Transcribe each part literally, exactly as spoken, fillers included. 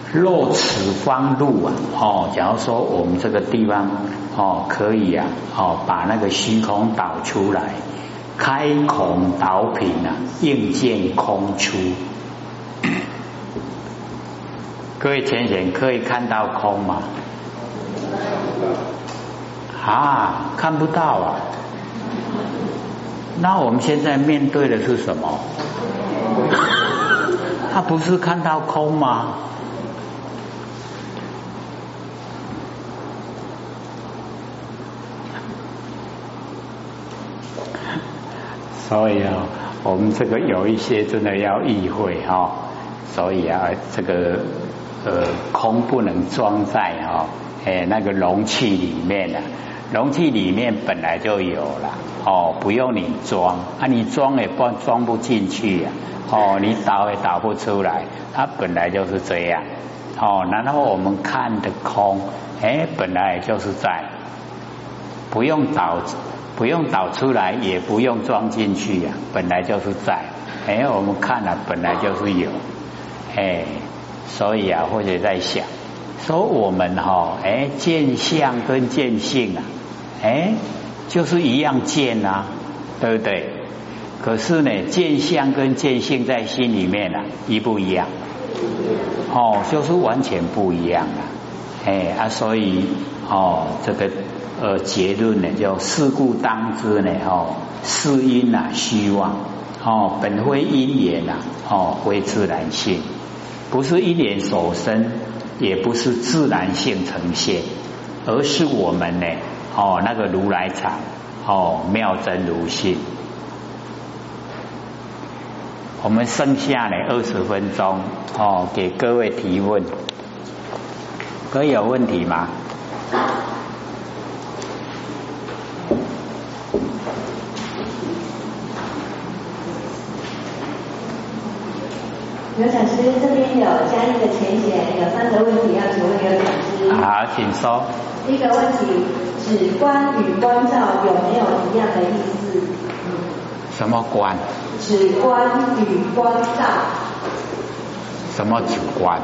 若此方路啊，哦，假如说我们这个地方哦可以啊，哦把那个虚空导出来，开孔导品啊，应见空出。各位浅显可以看到空吗？啊，看不到啊。那我们现在面对的是什么？他不是看到空吗？所以啊，我们这个有一些真的要意会哈、哦，所以啊，这个呃空不能装在哈、哦，哎那个容器里面啊，容器里面本来就有了哦，不用你装啊，你装也不装不进去呀、啊，哦，你导也导不出来，它本来就是这样哦。然后我们看的空，哎，本来就是在，不用导。不用导出来，也不用装进去呀、啊，本来就是在。哎，我们看了、啊，本来就是有。哎，所以啊，或者在想，说我们哈、哦，哎，见相跟见性啊，哎，就是一样见啊，对不对？可是呢，见相跟见性在心里面啊，一不一样？哦，就是完全不一样啊。哎啊，所以哦，这个。呃，结论呢，叫事故当知呢，哦，是因啊，虚妄，哦，本非因缘呐、啊，哦，非自然性，不是因缘所生，也不是自然性呈现，而是我们呢，哦，那个如来藏，哦，妙真如性。我们剩下呢二十分钟，哦，给各位提问，各位有问题吗？ 刘讲师这边有加一个浅显，有三个问题要请问刘讲师。 好，请说。 第一个问题，止观与观照有没有一样的意思？嗯、 什么观？ 止观与观照。 什么止观？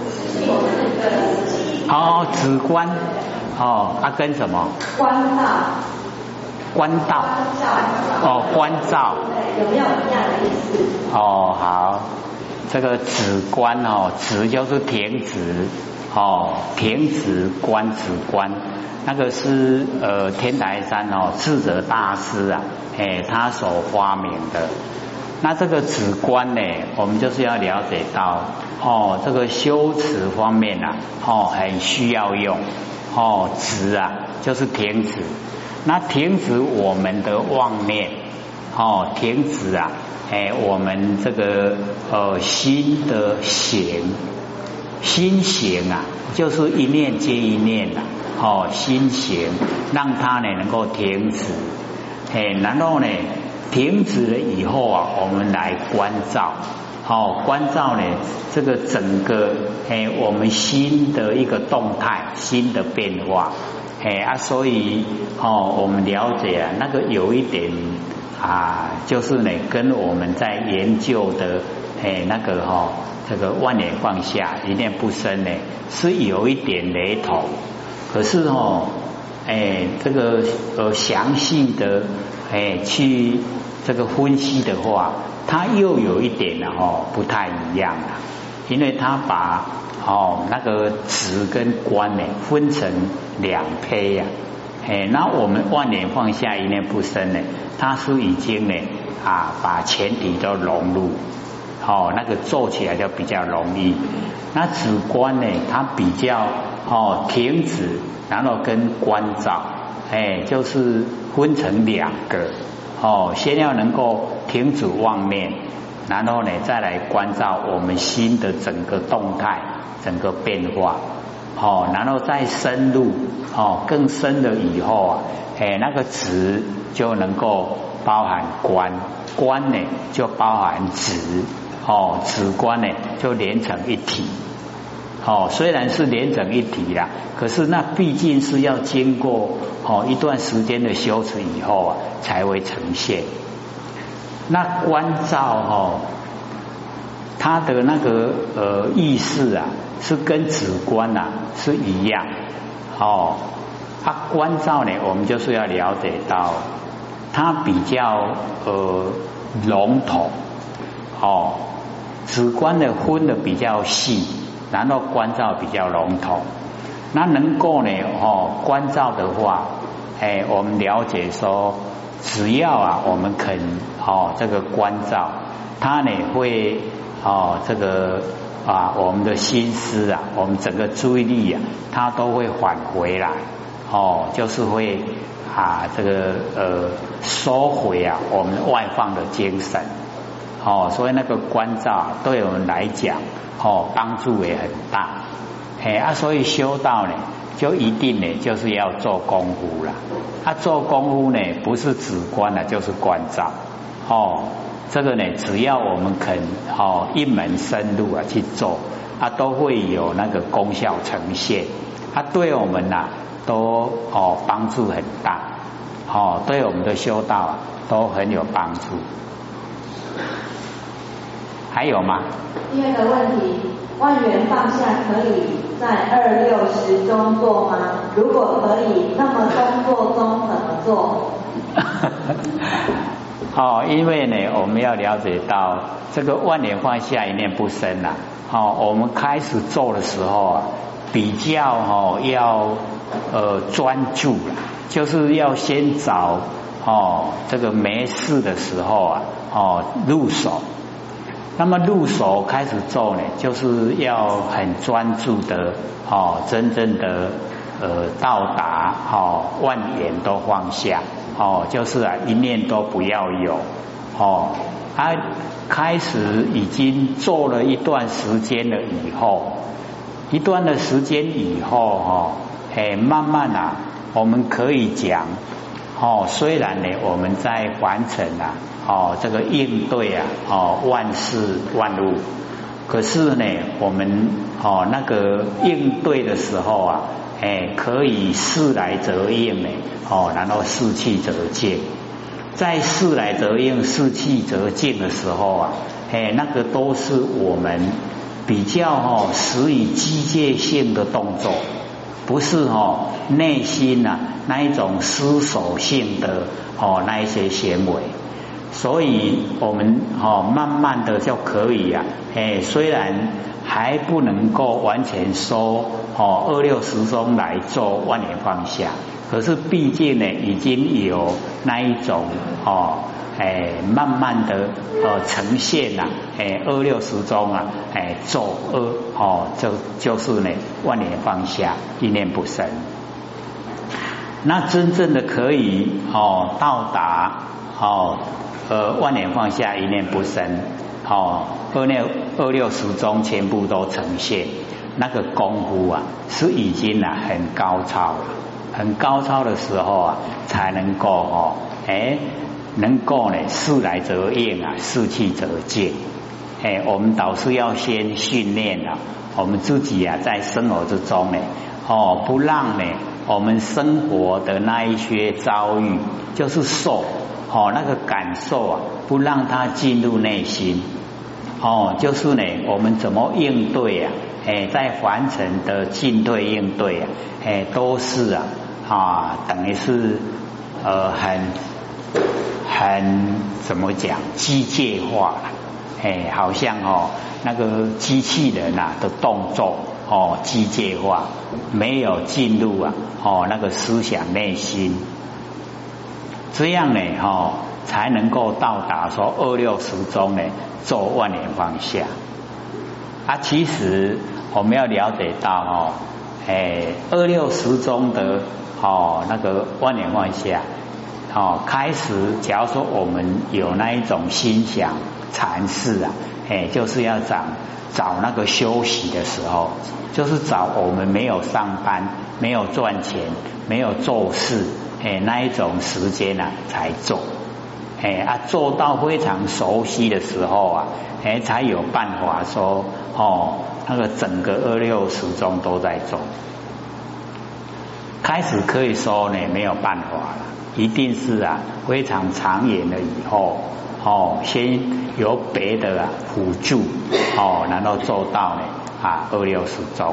哦，止观。哦，它、啊、跟什么？ 观照。 观照。哦，观照。 对，有没有一样的意思？ 哦，好。这个止观哦，止就是停止哦，停止观止观，那个是呃天台山哦智者大师啊，哎他所发明的。那这个止观呢，我们就是要了解到哦，这个修持方面啊，哦很需要用哦止啊，就是停止。那停止我们的妄念哦，停止啊。哎，我们这个呃心的行，心行啊，就是一念接一念啊，哦，心行让它呢能够停止，哎，然后呢停止了以后啊，我们来观照，哦，观照呢这个整个哎我们心的一个动态，心的变化，哎啊，所以哦我们了解啊，那个有一点。啊，就是呢，跟我们在研究的，哎，那个哈、哦，这个万念放下，一念不生呢，是有一点雷同。可是哦，哎，这个呃详细的哎去这个分析的话，它又有一点呢哦不太一样了，因为它把哦那个止跟观呢分成两批呀、啊。哎，那我们万念放下，一念不生呢，它是已经呢啊把前提都融入，哦，那个做起来就比较容易。那止观呢，它比较哦停止，然后跟观照，哎，就是分成两个哦，先要能够停止妄念，然后呢再来观照我们心的整个动态、整个变化。哦，然后再深入哦，更深了以后啊，哎，那个止就能够包含观，观呢就包含止，哦，止观呢就连成一体。哦，虽然是连成一体啦，可是那毕竟是要经过哦一段时间的修持以后啊，才会呈现。那观照哦， 它的那个呃意识啊，是跟止观啊是一样哦。啊，观照呢，我们就是要了解到，它比较呃笼统哦，止观的分的比较细，然后观照比较笼统。那能够呢哦观照的话，哎，我们了解说，只要啊我们肯哦这个观照，它呢会哦这个啊我们的心思啊，我们整个注意力啊，它都会返回来哦，就是会啊这个呃收回啊我们外放的精神哦，所以那个观照对我们来讲哦帮助也很大。哎啊，所以修道呢，就一定呢，就是要做功夫啦。啊，做功夫呢，不是止观了，就是观照。哦，这个呢，只要我们肯哦一门深入啊去做，啊，都会有那个功效呈现。啊，对我们呐、啊，都哦帮助很大。哦，对我们的修道啊，都很有帮助。还有吗？ 第二个问题，万缘放下可以在二六十中做吗？如果可以，那么工作中怎么做？ 哦，因为呢，我们要了解到这个万缘放下一念不生啊。哦，我们开始做的时候啊，比较哦要呃专注啦，就是要先找哦这个没事的时候啊哦入手。那么入手开始做呢，就是要很专注的哦，真正的呃到达哦万缘都放下哦，就是啊一念都不要有哦。他、啊、开始已经做了一段时间了以后，一段的时间以后哦，哎慢慢啊，我们可以讲哦，虽然呢我们在完成啊。哦，这个应对啊，哦，万事万物。可是呢，我们哦那个应对的时候啊，哎，可以事来则应呢，哦，然后事去则静。在事来则应、事去则静的时候啊，哎，那个都是我们比较哦使以机械性的动作，不是哦内心啊那一种思守性的哦那一些行为。所以我们哦慢慢的就可以啊，哎，虽然还不能够完全收哦二六时中来做万缘放下，可是毕竟呢已经有那一种哦哎慢慢的呃呈现了、啊，哎二六时中啊，哎做二哦就就是呢万缘放下，一念不生。那真正的可以哦到达哦。呃，万缘放下，一念不生，哦，二六二六时中全部都呈现，那个功夫啊，是已经啊很高超了，很高超的时候啊，才能够哦，哎，能够呢事来则应啊，事去则静，哎，我们导师要先训练啊，我们自己啊，在生活之中呢，哦，不让呢我们生活的那一些遭遇，就是受。哦，那个感受啊，不让它进入内心。哦，就是呢，我们怎么应对啊？哎，在凡尘的进退应对啊，哎，都是啊啊，等于是呃很很怎么讲机械化了。哎，好像哦那个机器人啊的动作哦机械化，没有进入啊哦那个思想内心。这样呢，哦，才能够到达说二六时中呢，做万缘放下。啊，其实我们要了解到哦，哎，二六时中的哦那个万缘放下，哦，开始，假如说我们有那一种心想禅事啊，哎，就是要找找那个休息的时候，就是找我们没有上班、没有赚钱、没有做事。哎，那一种时间啊，才做，哎啊，做到非常熟悉的时候啊，哎，才有办法说哦，那个整个二六时中都在做。开始可以说呢，没有办法了，一定是啊，非常长远了以后， 哦，先由别的啊辅助哦，然后做到呢啊二六十中。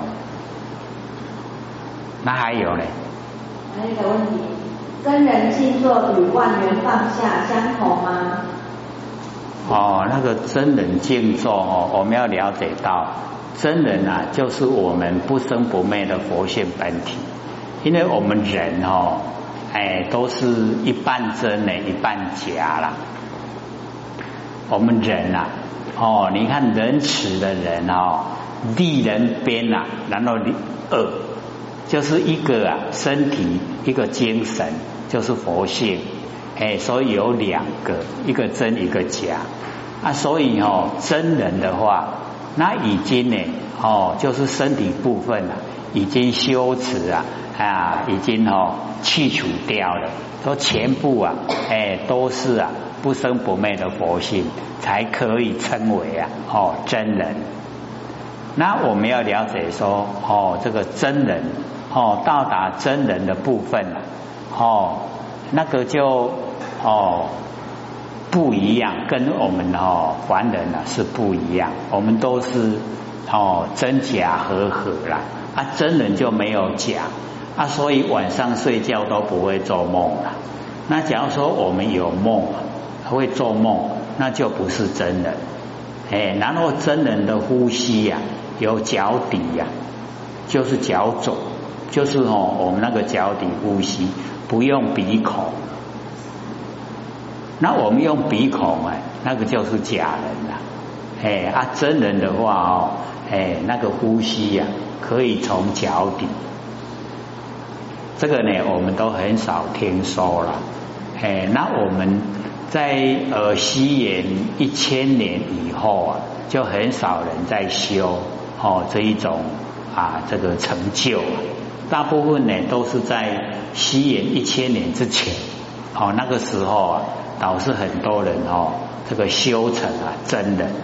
那还有呢？ 还有一个问题，真人静坐与万缘放下相同吗？ 哦，那个真人静坐哦，我们要了解到，真人啊，就是我们不生不灭的佛性本体。因为我们人哦，哎，都是一半真呢，一半假啦。我们人啊，哦，你看仁慈的人哦，利人边啊，然后恶，就是一个啊身体，一个精神，就是佛性。哎，所以有两个，一个真，一个假啊。所以哦，真人的话，那已经呢，哦，就是身体部分啊，已经修持啊，啊，已经哦去除掉了，都全部啊，哎，都是啊不生不灭的佛性，才可以称为啊，哦，真人。那我们要了解说，哦，这个真人，哦，到达真人的部分啊，哦，那个就哦不一样，跟我们哦凡人啊是不一样，我们都是哦真假合合啦，啊真人就没有假啊，所以晚上睡觉都不会做梦啦。那假如说我们有梦会做梦，那就不是真人。哎，然后真人的呼吸呀、啊，有脚底呀、啊，就是脚走，就是哦我们那个脚底呼吸，不用鼻孔。那我们用鼻孔哎，那个就是假人啦。哎啊，真人的话哦，哎那个呼吸呀、啊，可以从脚底。这个呢，我们都很少听说了。哎，那我们在呃西元一千年以后啊，就很少人在修哦这一种啊这个成就，大部分呢都是在西元一千年之前。哦，那个时候啊，导致很多人哦这个修成啊真人。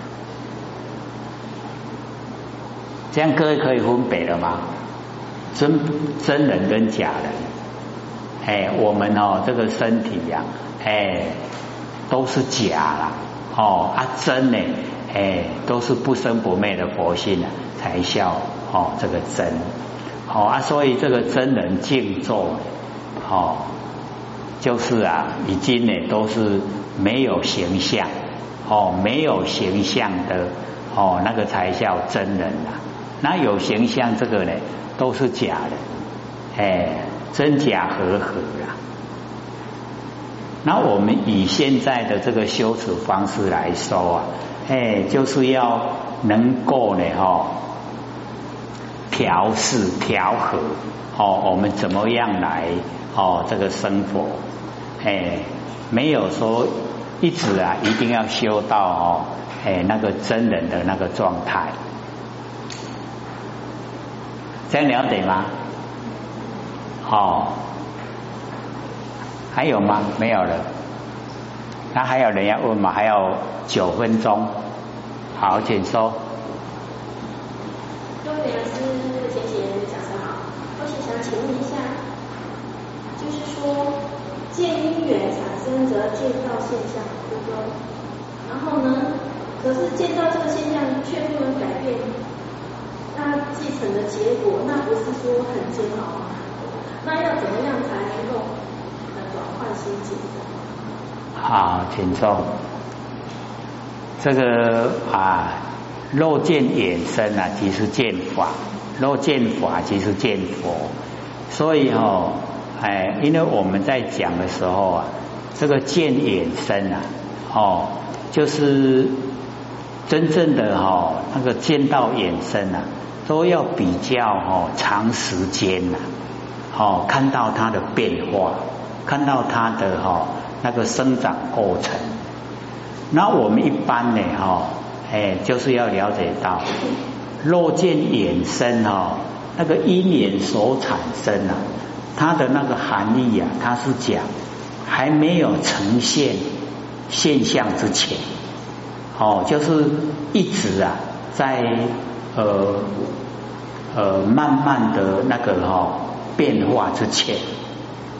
这样各位可以分别了吗？真真人跟假人，哎，我们哦这个身体呀、啊，哎都是假啦，哦啊真呢，哎都是不生不灭的佛性啊，才叫哦这个真，哦啊所以这个真人静坐，哦就是啊已经呢都是没有形象，哦没有形象的哦那个才叫真人啦，那有形象这个呢？都是假的，哎，真假合合啦。那我们以现在的这个修持方式来说啊，哎，就是要能够呢，哦，调试调和，哦，我们怎么样来哦这个生活，哎，没有说一直啊一定要修到哦，哎那个真人的那个状态。这样了解吗？哦，还有吗？没有了。那还有人要问吗？还有九分钟。好，请说。 各位老师、姐姐、讲得好，我是想请问一下，就是说见因缘产生则见到现象，对不对？然后呢，可是见到这个现象却不能改变。那继承的结果，那不是说很煎熬吗？那要怎么样才能够呃转换心境？ 好，请说。这个啊，若见眼身啊，即是见法；若见法，即是见佛。所以哦，哎，因为我们在讲的时候啊，这个见眼身啊，哦，就是真正的哦，那个见到眼身啊。都要比较哦长时间呐、啊，哦看到它的变化，看到它的哈、哦、那个生长过程。那我们一般呢哈、哦，哎就是要了解到，若见眼身哈、哦，那个因缘所产生啊，它的那个含义啊，它是讲还没有呈现现象之前，哦就是一直啊在。呃呃，慢慢的那个哈、哦、变化之前，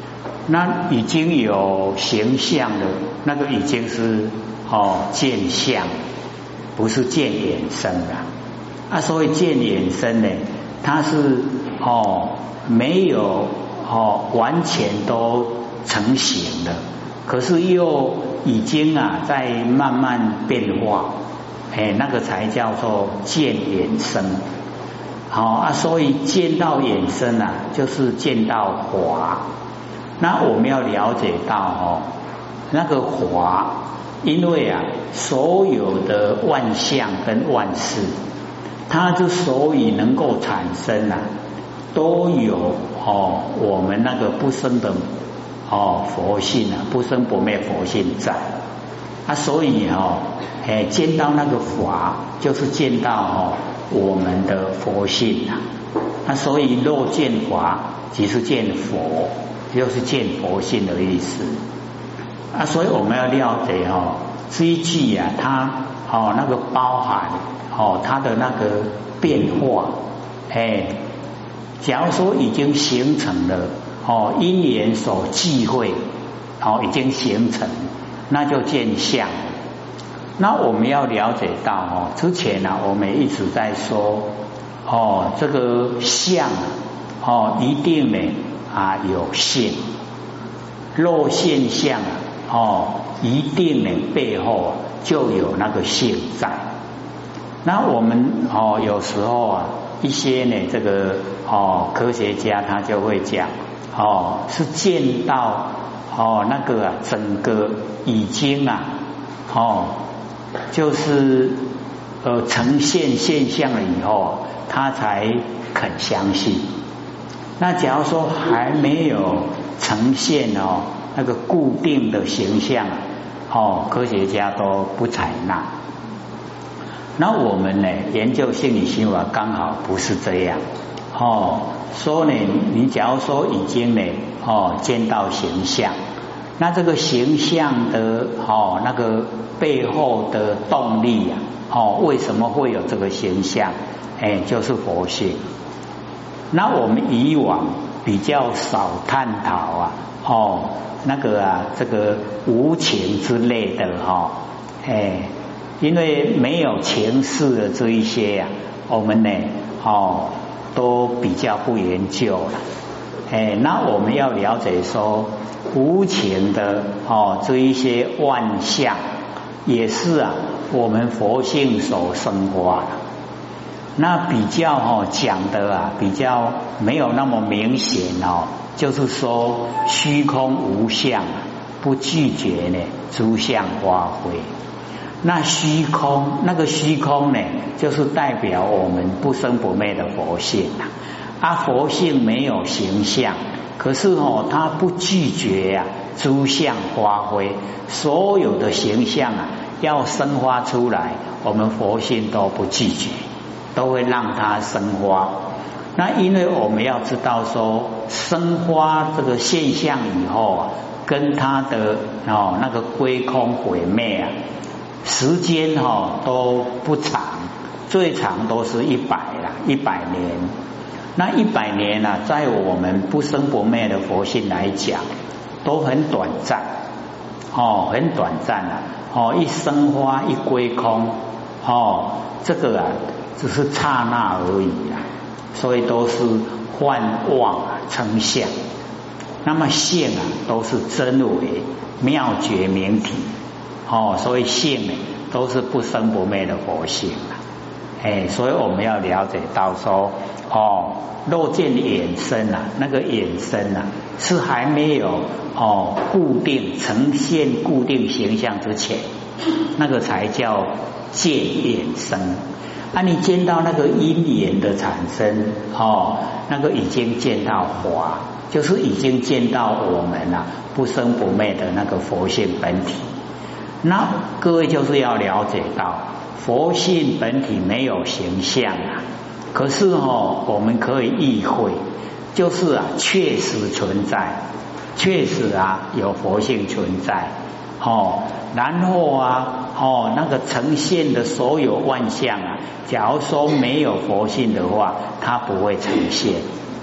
那已经有形象的，那个已经是哦见相，不是见衍生了啊。所以见衍生呢，它是哦没有哦完全都成型的，可是又已经啊在慢慢变化，哎，那个才叫做见衍生。好啊，所以见到衍生啊，就是见到华。那我们要了解到哦，那个华，因为啊，所有的万象跟万事，它之所以能够产生啊，都有哦我们那个不生的哦佛性啊，不生不灭佛性在啊，所以哦，哎，见到那个华，就是见到哦我们的佛性啊，那所以若见华，即是见佛。就是见佛性的意思啊，所以我们要了解哦，这一句啊，它哦那个包含哦它的那个变化，哎，假如说已经形成了哦因缘所际会，哦已经形成，那就见相。那我们要了解到哦，之前呢、啊、我们一直在说哦这个相哦一定呢。啊，有性，若现象啊，哦，一定呢背后啊就有那个性在。那我们哦有时候啊，一些呢这个哦科学家他就会讲哦，是见到哦那个啊整个已经啊哦就是呃呈现现象了以后，他才肯相信。那假如说还没有呈现哦那个固定的形象哦，科学家都不采纳。那我们呢研究心理心法刚好不是这样哦，说呢你假如说已经呢哦见到形象，那这个形象的哦那个背后的动力啊哦为什么会有这个形象？哎，就是佛性。那我们以往比较少探讨啊，哦，那个啊，这个无情之类的哈、哦，哎，因为没有情事的这一些呀、啊，我们呢，哦，都比较不研究了，哎，那我们要了解说无情的哦这一些万象，也是啊我们佛性所生发的。那比较哦讲的啊比较没有那么明显哦，就是说虚空无相，不拒绝呢诸相发挥。那虚空那个虚空呢，就是代表我们不生不灭的佛性啊。啊，佛性没有形象，可是哦它不拒绝啊诸相发挥，所有的形象啊要生发出来，我们佛性都不拒绝。都会让它生花。那因为我们要知道说生花这个现象以后啊，跟它的哦那个归空毁灭啊，时间哦都不长，最长都是一百啦，一百年。那一百年啊，在我们不生不灭的佛性来讲，都很短暂哦，很短暂啊哦，一生花一归空哦，这个啊。只是刹那而已啦，所以都是幻妄啊成相。那么性啊都是真伪妙觉明体哦，所以性呢都是不生不灭的佛性啊。哎，所以我们要了解到说哦，若见衍生啊，那个衍生啊是还没有哦固定呈现固定形象之前，那个才叫见衍生。啊，你见到那个因缘的产生，哦，那个已经见到华，就是已经见到我们啊不生不灭的那个佛性本体。那各位就是要了解到，佛性本体没有形象啊，可是哦，我们可以意会，就是啊，确实存在，确实啊有佛性存在。哦，然后啊，哦，那个呈现的所有万象啊，假如说没有佛性的话，它不会呈现。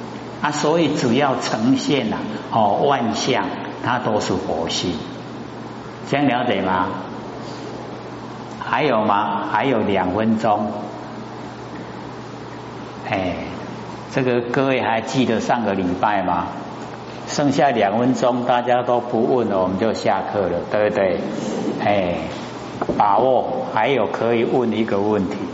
啊，所以只要呈现啊，哦，万象它都是佛性，这样了解吗？还有吗？还有两分钟。哎，这个各位还记得上个礼拜吗？剩下两分钟，大家都不问了，我们就下课了，对不对？哎，把握，还有可以问一个问题。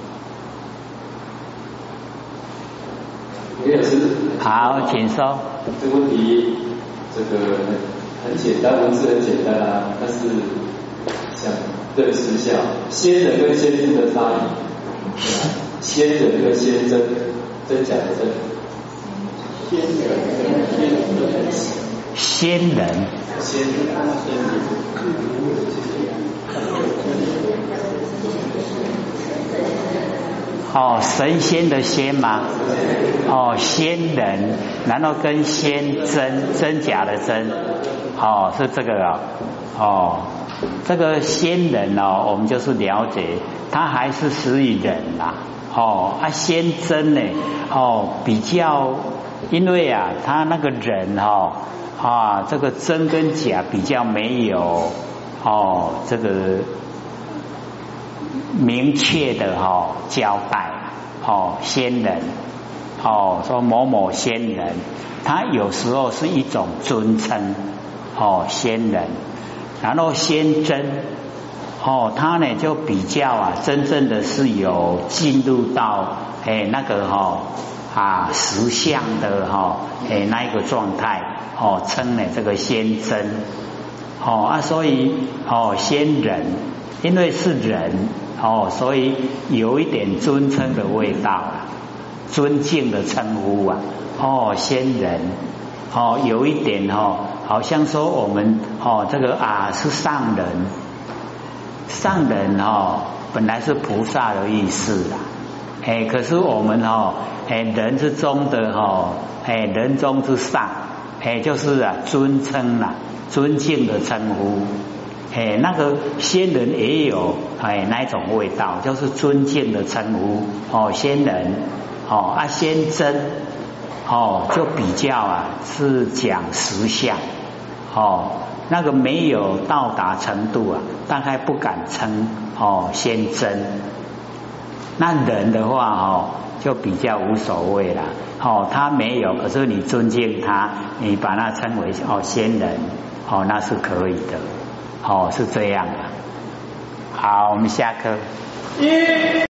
李老师， 好，请说。 这个问题，这个很简单，文字很简单啊，但是想认识一下仙人跟先知的差异。仙人跟先真，真假的真。仙人跟先真。 仙人。 仙人。 哦，神仙的仙吗？哦，仙人，然后跟仙真，真假的真，哦，是这个啊，哦，这个仙人哦，我们就是了解，他还是属于人啦，哦，啊，仙真呢，哦，比较，因为啊，他那个人哦，啊，这个真跟假比较没有，哦，这个。明确的哦交代哦仙人哦说某某仙人，他有时候是一种尊称哦仙人，然后仙真哦他呢就比较啊真正的是有进入到哎那个哈、哦、啊实相的哈、哦、哎那一个状态哦称呢这个仙真哦啊所以哦仙人因为是人。哦，所以有一点尊称的味道啊，尊敬的称呼啊，哦，仙人，哦，有一点哦，好像说我们哦，这个啊是上人，上人哦，本来是菩萨的意思啦，哎，可是我们哦，哎，人之中的哦，哎，人中之上，哎，就是啊，尊称啦，尊敬的称呼。哎，那个仙人也有哎那一种味道，就是尊敬的称呼哦，仙人哦啊，仙真哦就比较啊是讲实相哦，那个没有到达程度啊，大概不敢称哦仙真。那人的话哦就比较无所谓啦哦，他没有，可是你尊敬他，你把他称为哦仙人哦，那是可以的。哦，是这样的。好，我们下课。